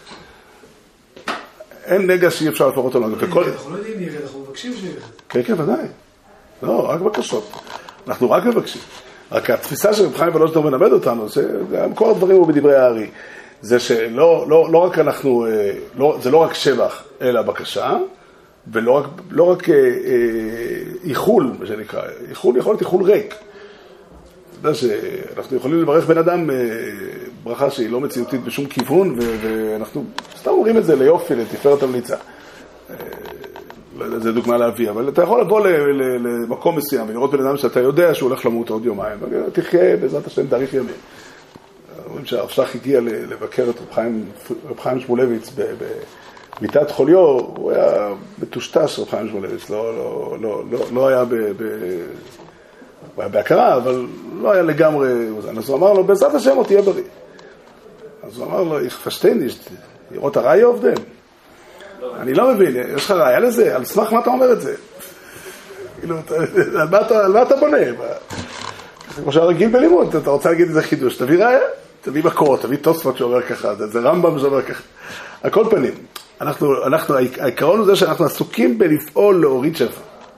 אין נגע שאי אפשר להפוך אותו לעונג. אנחנו לא יודעים ירד, אנחנו מבקשים שירד. כן, כן, ודאי. לא, רק בקשות. אנחנו רק מבקשים. רק התפיסה של רב חיים ולוז'נר מלמד אותנו, זה, כל הדברים הוא בדברי הארי, זה שלא לא, לא רק אנחנו, לא, זה לא רק שבח, אלא בקשה, ולא רק, לא רק אה, אה, איחול, מה שנקרא, איחול יכול להיות איחול ריק. אתה יודע שאנחנו יכולים לברך בן אדם אה, ברכה שהיא לא מציאותית בשום כיוון, ו- ואנחנו סתם אומרים את זה ליופי, לתפארת המליצה. אה, לא יודע, זה דוגמה להביא, אבל אתה יכול לבוא ל- ל- למקום מסוים ולראות בן אדם שאתה יודע שהוא הולך למות עוד יומיים, תחיה בעזרת השם תאריך ימים. אומרים שהרש"ך הגיע לבקר את רב חיים, רב חיים שמואלביץ במיטת חוליו, הוא היה מטושטש רב חיים שמואלביץ, לא, לא, לא, לא, לא היה, ב, ב, הוא היה בהכרה, אבל לא היה לגמרי, אז הוא אמר לו, בעזרת השם עוד תהיה בריא. אז הוא אמר לו, איך פשטני, לראות הראי עובדים? אני לא מבין, יש לך ראיה לזה? על סמך מה אתה אומר את זה? כאילו, על מה אתה בונה? כמו שהרגיל בלימוד, אתה רוצה להגיד איזה חידוש, תביא ראיה? תביא מקורות, תביא תוספות שאומר ככה, זה רמב"ם שאומר ככה. על כל פנים, אנחנו, אנחנו, העיקרון הוא זה שאנחנו עסוקים בלפעול להוריד שפע.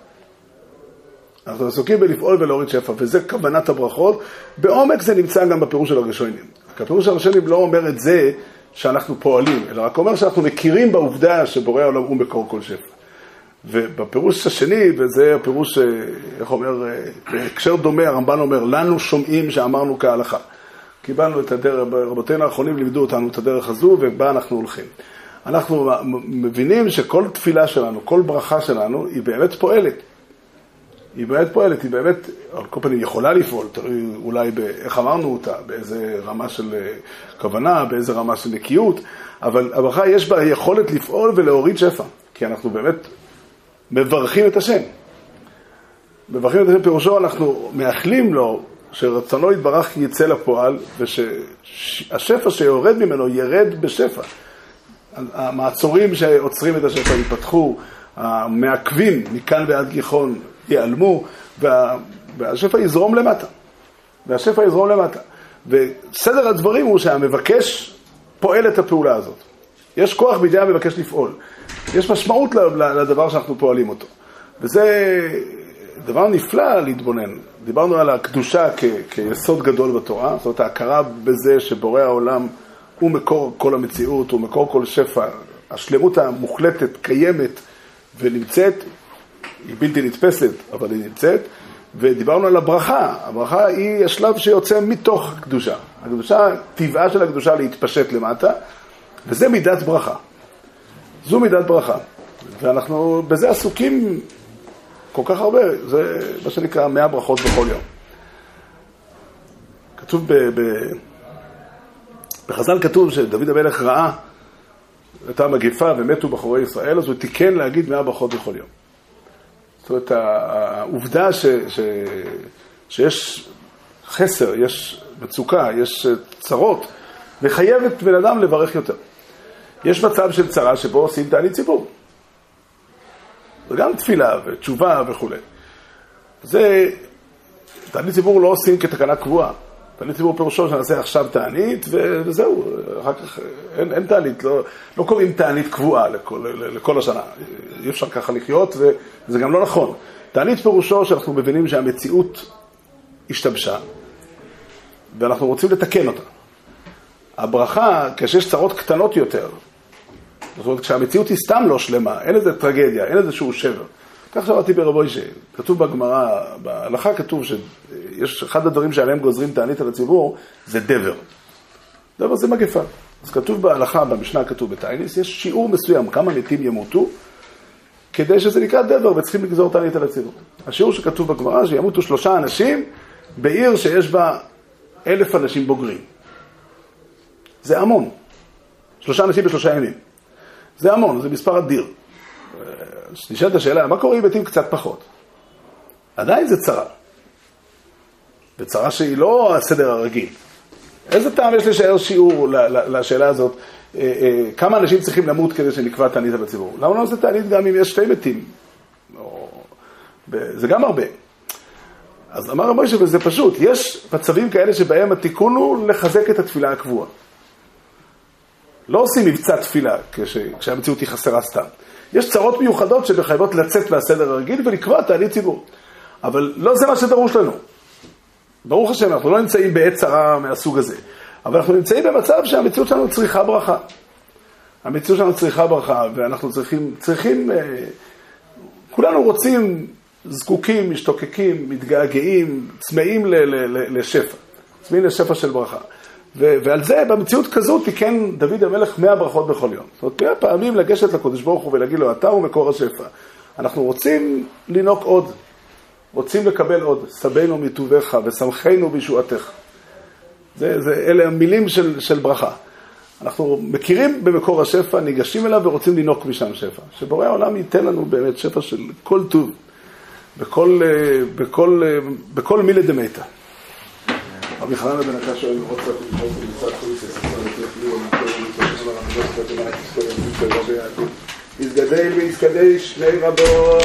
אנחנו עסוקים בלפעול ולהוריד שפע, וזה כוונת הברכות. בעומק זה נמצא גם בפירוש של הראשונים. הפירוש של הראשונים לא אומר את זה שאנחנו פועלים, אלא רק אומר שאנחנו מכירים בעובדה שבורא העולם הוא מקור כל שפע. ובפירוש השני, וזה הפירוש, איך אומר, בהקשר דומה, הרמב"ן אומר, לנו שומעים שאמרנו כהלכה. קיבלנו את הדרך, רבותינו האחרונים לימדו אותנו את הדרך הזו, ובה אנחנו הולכים. אנחנו מבינים שכל תפילה שלנו, כל ברכה שלנו, היא באמת פועלת. היא באמת פועלת, היא באמת, על כל פנים יכולה לפעול, תראי אולי איך אמרנו אותה, באיזה רמה של כוונה, באיזה רמה של נקיות, אבל הברכה יש בה יכולת לפעול ולהוריד שפע, כי אנחנו באמת מברכים את השם. מברכים את השם פירושו, אנחנו מאחלים לו שרצונו יתברך כי יצא לפועל, ושהשפע שיורד ממנו ירד בשפע. המעצורים שעוצרים את השפע ייפתחו, המעכבים מכאן ועד גיחון ייעלמו, וה... והשפע יזרום למטה. והשפע יזרום למטה. וסדר הדברים הוא שהמבקש פועל את הפעולה הזאת. יש כוח בידי המבקש לפעול. יש משמעות לדבר שאנחנו פועלים אותו. וזה דבר נפלא להתבונן. דיברנו על הקדושה כ... כיסוד גדול בתורה, זאת אומרת, ההכרה בזה שבורא העולם הוא מקור כל המציאות, הוא מקור כל שפע. השלמות המוחלטת קיימת ונמצאת, היא בלתי נתפסת, אבל היא נמצאת, ודיברנו על הברכה. הברכה היא השלב שיוצא מתוך הקדושה. הקדושה, טבעה של הקדושה להתפשט למטה, וזה מידת ברכה. זו מידת ברכה. ואנחנו בזה עסוקים כל כך הרבה, זה מה שנקרא מאה ברכות בכל יום. כתוב ב... ב... בחז"ל כתוב שדוד המלך ראה הייתה מגיפה ומתו בחורי ישראל, אז הוא תיקן להגיד מאה ברכות בכל יום. זאת אומרת, העובדה ש, ש, שיש חסר, יש מצוקה, יש צרות, מחייבת בן אדם לברך יותר. יש מצב של צרה שבו עושים תענית ציבור. זה גם תפילה ותשובה וכו'. זה, תענית ציבור לא עושים כתקנה קבועה. תענית ציבור פירושו שנעשה עכשיו תענית וזהו, אחר כך אין, אין תענית, לא, לא קוראים תענית קבועה לכל, לכל השנה. אי אפשר ככה לחיות וזה גם לא נכון. תענית פירושו שאנחנו מבינים שהמציאות השתבשה ואנחנו רוצים לתקן אותה. הברכה, כשיש צרות קטנות יותר, זאת אומרת, כשהמציאות היא סתם לא שלמה, אין איזה טרגדיה, אין איזשהו שבר. כך שמעתי ברבוי שכתוב בגמרא, בהלכה כתוב שיש אחד הדברים שעליהם גוזרים תענית על הציבור, זה דבר. דבר זה מגפה. אז כתוב בהלכה, במשנה כתוב בתייניס, יש שיעור מסוים, כמה מתים ימותו, כדי שזה נקרא דבר וצריכים לגזור תענית על הציבור. השיעור שכתוב בגמרא, שימותו שלושה אנשים בעיר שיש בה אלף אנשים בוגרים. זה המון. שלושה אנשים בשלושה ימים. זה המון, זה מספר אדיר. נשאלת השאלה, מה קורה אם מתים קצת פחות? עדיין זה צרה. וצרה שהיא לא הסדר הרגיל. איזה טעם יש לשאר שיעור לשאלה הזאת? כמה אנשים צריכים למות כדי שנקבע תענית על הציבור? למה לא עושה תענית גם אם יש שתי מתים? זה גם הרבה. אז אמר המוישה, וזה פשוט, יש מצבים כאלה שבהם התיקון הוא לחזק את התפילה הקבועה. לא עושים מבצע תפילה כש, כשהמציאות היא חסרה סתם. יש צרות מיוחדות שבחייבות לצאת מהסדר הרגיל ולקבוע תענית ציבור. אבל לא זה מה שדרוש לנו. ברוך השם, אנחנו לא נמצאים בעת צרה מהסוג הזה. אבל אנחנו נמצאים במצב שהמציאות שלנו צריכה ברכה. המציאות שלנו צריכה ברכה, ואנחנו צריכים, צריכים כולנו רוצים, זקוקים, משתוקקים, מתגעגעים, צמאים ל- ל- ל- לשפע. צמאים לשפע של ברכה. ו- ועל זה, במציאות כזאת, תיקן דוד המלך מאה ברכות בכל יום. זאת אומרת, מאה פעמים לגשת לקדוש ברוך הוא ולהגיד לו, אתה הוא מקור השפע. אנחנו רוצים לנוק עוד. רוצים לקבל עוד. סבנו מטובך ושמחנו בישועתך. זה, זה, אלה המילים של, של ברכה. אנחנו מכירים במקור השפע, ניגשים אליו ורוצים לנוק משם שפע. שבורא העולם ייתן לנו באמת שפע של כל טוב, בכל, בכל, בכל מילי דמייתא. רבי חנניה בן עקשיא שואל, רוצה לבחור במצד חוליס, יססה לתת לי ומקור ומצד חוליס, יסגדל ויסקדש שני רבות.